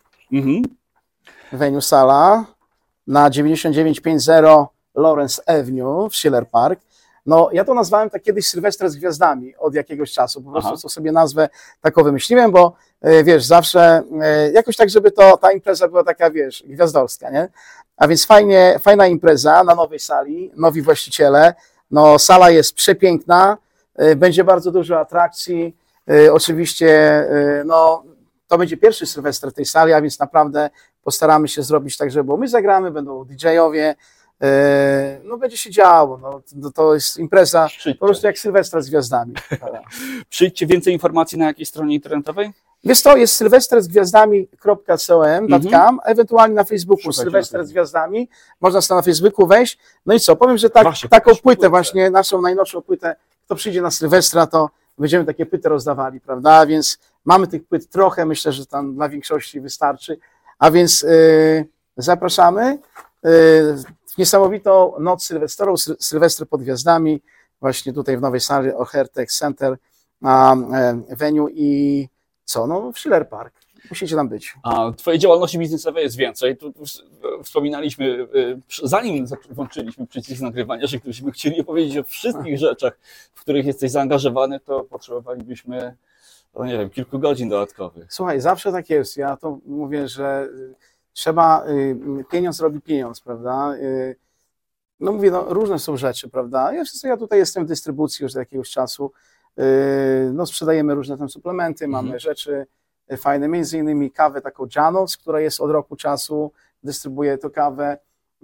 Venue sala na 9950 Lawrence Avenue w Schiller Park. No, ja to nazwałem tak kiedyś Sylwester z gwiazdami od jakiegoś czasu. Po prostu co sobie nazwę taką wymyśliłem, bo wiesz, zawsze jakoś tak, żeby ta impreza była taka, wiesz, gwiazdorska, nie? A więc fajna impreza na nowej sali, nowi właściciele. No, sala jest przepiękna, będzie bardzo dużo atrakcji. Oczywiście, no, to będzie pierwszy Sylwester tej sali, a więc naprawdę postaramy się zrobić tak, żeby my zagramy, będą DJ-owie. No będzie się działo, no, to jest impreza po prostu jak Sylwestra z gwiazdami. Przyjdźcie, więcej informacji na jakiej stronie internetowej? Wiesz co, jest sylwestrezgwiazdami.com, ewentualnie na Facebooku Sylwester z gwiazdami, można sobie na Facebooku wejść. No i co, powiem, że taką płytę właśnie, naszą najnowszą płytę, kto przyjdzie na Sylwestra, to będziemy takie płyty rozdawali, prawda, więc mamy tych płyt trochę, myślę, że tam dla większości wystarczy, a więc zapraszamy. Niesamowitą noc sylwestrową, Sylwestry pod gwiazdami, właśnie tutaj w nowej sali Ochertech Center Venue i co, no w Schiller Park. Musicie tam być. A twojej działalności biznesowej jest więcej. Tu wspominaliśmy, zanim włączyliśmy przycisk nagrywania, że gdybyśmy chcieli opowiedzieć o wszystkich rzeczach, w których jesteś zaangażowany, to potrzebowalibyśmy, no nie wiem, kilku godzin dodatkowych. Słuchaj, zawsze tak jest. Ja to mówię, że trzeba, pieniądz robi pieniądz, prawda? No mówię, no różne są rzeczy, prawda? Ja tutaj jestem w dystrybucji już od jakiegoś czasu. No sprzedajemy różne tam suplementy, mamy rzeczy fajne, między innymi kawę taką Janos, która jest od roku czasu, dystrybuję to kawę.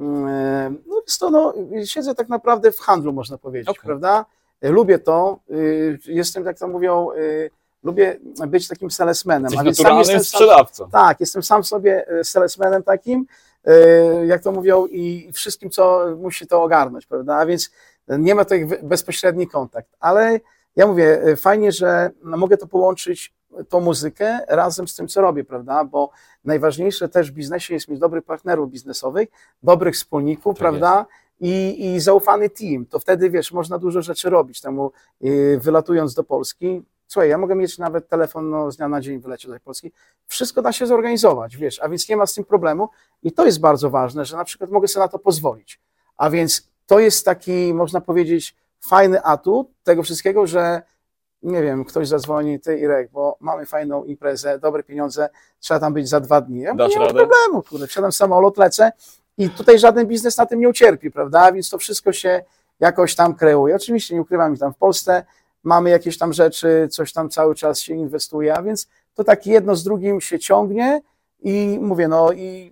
No jest to, no, siedzę tak naprawdę w handlu, można powiedzieć, prawda? Lubię to, jestem, jak to mówią, lubię być takim salesmanem. Jesteś naturalnym sprzedawcą. Tak, jestem sam sobie salesmanem takim, jak to mówią, i wszystkim, co musi to ogarnąć, prawda? A więc nie ma tutaj bezpośredni kontakt. Ale ja mówię, fajnie, że mogę to połączyć, tą muzykę razem z tym, co robię, prawda? Bo najważniejsze też w biznesie jest mieć dobrych partnerów biznesowych, dobrych wspólników, prawda? I zaufany team. To wtedy, wiesz, można dużo rzeczy robić. Temu wylatując do Polski, słuchaj, ja mogę mieć nawet telefon, no, z dnia na dzień wylecieć do Polski. Wszystko da się zorganizować, wiesz, a więc nie ma z tym problemu. I to jest bardzo ważne, że na przykład mogę sobie na to pozwolić. A więc to jest taki, można powiedzieć, fajny atut tego wszystkiego, że nie wiem, ktoś zadzwoni, ty Irek, bo mamy fajną imprezę, dobre pieniądze, trzeba tam być za 2 dni. Ja mówię, nie ma problemu, kurde, wsiadam w samolot, lecę i tutaj żaden biznes na tym nie ucierpi, prawda? Więc to wszystko się jakoś tam kreuje. Oczywiście nie ukrywam, że tam w Polsce mamy jakieś tam rzeczy, coś tam cały czas się inwestuje, a więc to tak jedno z drugim się ciągnie i mówię, no i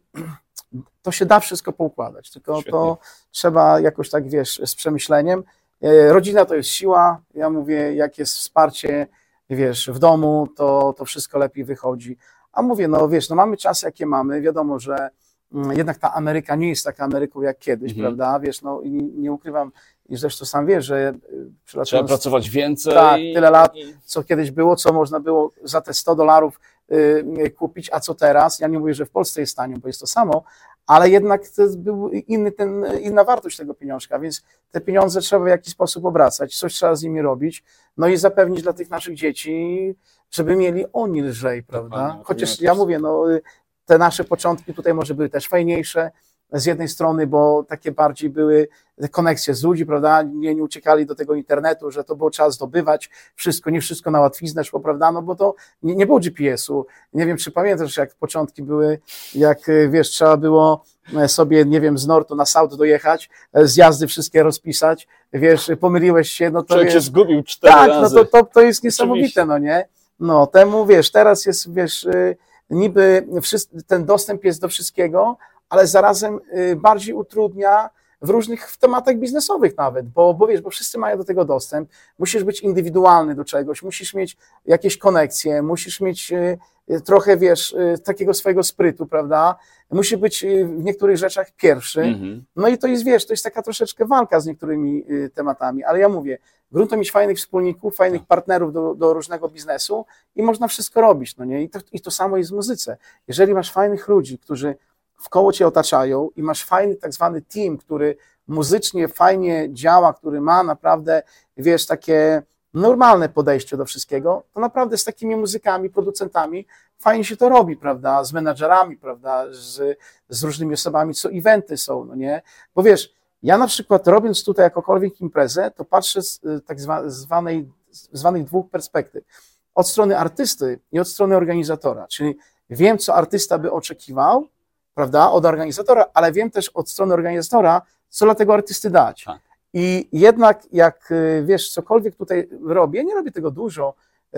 to się da wszystko poukładać, tylko świetnie. To trzeba jakoś tak, wiesz, z przemyśleniem. Rodzina to jest siła, ja mówię, jak jest wsparcie, wiesz, w domu, to wszystko lepiej wychodzi. A mówię, no wiesz, no mamy czas, jakie mamy, wiadomo, że jednak ta Ameryka nie jest taka Ameryką jak kiedyś, prawda, wiesz, no i nie ukrywam, i zresztą sam wiesz, że trzeba pracować więcej. Tak, tyle lat, co kiedyś było, co można było za te $100 kupić, a co teraz? Ja nie mówię, że w Polsce jest tanio, bo jest to samo, ale jednak to był inna wartość tego pieniążka, więc te pieniądze trzeba w jakiś sposób obracać, coś trzeba z nimi robić, no i zapewnić dla tych naszych dzieci, żeby mieli oni lżej, prawda? Chociaż ja mówię, no te nasze początki tutaj może były też fajniejsze, z jednej strony, bo takie bardziej były koneksje z ludzi, prawda, nie uciekali do tego internetu, że to było trzeba zdobywać wszystko, nie wszystko na łatwiznę szło, prawda, no bo to nie było GPS-u. Nie wiem, czy pamiętasz, jak początki były, jak wiesz, trzeba było sobie, nie wiem, z Nortu na South dojechać, zjazdy wszystkie rozpisać, wiesz, pomyliłeś się, no to Człowiek wiesz, się zgubił 4 razy. no to jest niesamowite, no nie? No, temu, wiesz, teraz jest, wiesz, niby ten dostęp jest do wszystkiego, ale zarazem bardziej utrudnia w różnych tematach biznesowych nawet, bo wiesz, bo wszyscy mają do tego dostęp, musisz być indywidualny do czegoś, musisz mieć jakieś koneksje, musisz mieć trochę, wiesz, takiego swojego sprytu, prawda, musisz być w niektórych rzeczach pierwszy, no i to jest, wiesz, to jest taka troszeczkę walka z niektórymi tematami, ale ja mówię, grunt mieć fajnych wspólników, fajnych partnerów do różnego biznesu i można wszystko robić, no nie, i to samo jest w muzyce. Jeżeli masz fajnych ludzi, którzy wkoło cię otaczają i masz fajny tak zwany team, który muzycznie fajnie działa, który ma naprawdę, wiesz, takie normalne podejście do wszystkiego, to naprawdę z takimi muzykami, producentami fajnie się to robi, prawda, z menadżerami, prawda, z różnymi osobami, co eventy są, no nie, bo wiesz, ja na przykład robiąc tutaj jakąkolwiek imprezę, to patrzę z tak zwanych dwóch perspektyw. Od strony artysty i od strony organizatora, czyli wiem, co artysta by oczekiwał, prawda, od organizatora, ale wiem też od strony organizatora, co dla tego artysty dać. Tak. I jednak jak, wiesz, cokolwiek tutaj robię, nie robię tego dużo,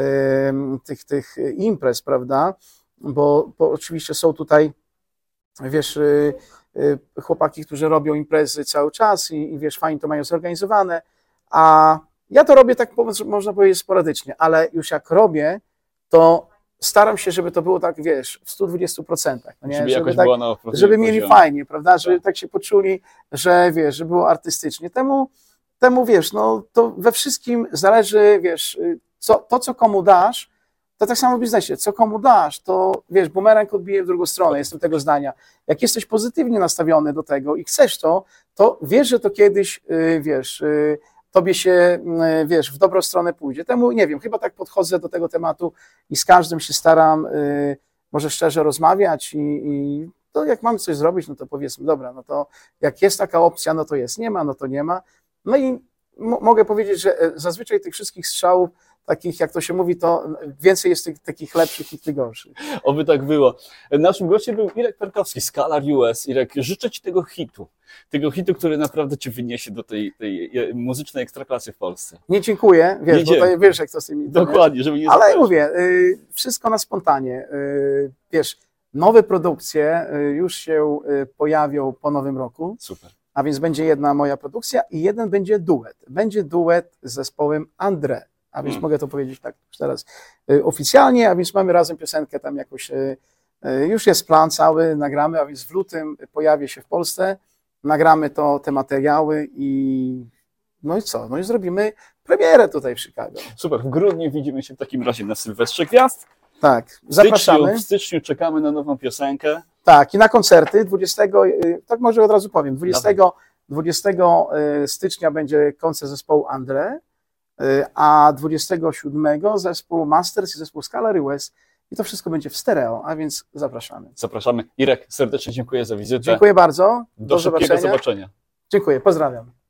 tych imprez, prawda, bo oczywiście są tutaj, wiesz, chłopaki, którzy robią imprezy cały czas i wiesz, fajnie to mają zorganizowane, a ja to robię tak, można powiedzieć, sporadycznie, ale już jak robię, to staram się, żeby to było tak, wiesz, w 120%. No nie? Żeby mieli fajnie, prawda, żeby tak się poczuli, że wiesz, że było artystycznie. Temu wiesz, no to we wszystkim zależy, wiesz, co komu dasz, to tak samo w biznesie, co komu dasz, to wiesz, bumerang odbije w drugą stronę, jestem tego zdania. Jak jesteś pozytywnie nastawiony do tego i chcesz to wiesz, że to kiedyś, wiesz, tobie się, wiesz, w dobrą stronę pójdzie. Temu, nie wiem, chyba tak podchodzę do tego tematu i z każdym się staram może szczerze rozmawiać i to jak mamy coś zrobić, no to powiedzmy, dobra, no to jak jest taka opcja, no to jest, nie ma, no to nie ma. No i mogę powiedzieć, że zazwyczaj tych wszystkich strzałów, takich, jak to się mówi, to więcej jest takich lepszych i tych gorszych. Oby tak było. Naszym gościem był Irek Perkowski, Scalar US. Irek, życzę ci tego hitu, który naprawdę cię wyniesie do tej muzycznej ekstraklasy w Polsce. Nie dziękuję, wiesz, bo to, wiesz, jak to z tymi... Dokładnie, żeby nie ale zapraszać. mówię, wszystko na spontanie. Wiesz, nowe produkcje już się pojawią po nowym roku. Super. A więc będzie jedna moja produkcja i jeden będzie duet. Będzie duet z zespołem André. A więc mogę to powiedzieć tak już teraz oficjalnie, a więc mamy razem piosenkę tam jakoś, już jest plan cały, nagramy, a więc w lutym pojawi się w Polsce, nagramy te materiały i no i co? No i zrobimy premierę tutaj w Chicago. Super, w grudniu widzimy się w takim razie na Sylwestrze Gwiazd. Tak, zapraszamy. W styczniu czekamy na nową piosenkę. Tak, i na koncerty 20, tak może od razu powiem, 20 stycznia będzie koncert zespołu André, a 27 zespół Masters i zespół Scalar US i to wszystko będzie w stereo, a więc zapraszamy. Zapraszamy. Irek, serdecznie dziękuję za wizytę. Dziękuję bardzo. Do szybkiego zobaczenia. Dziękuję, pozdrawiam.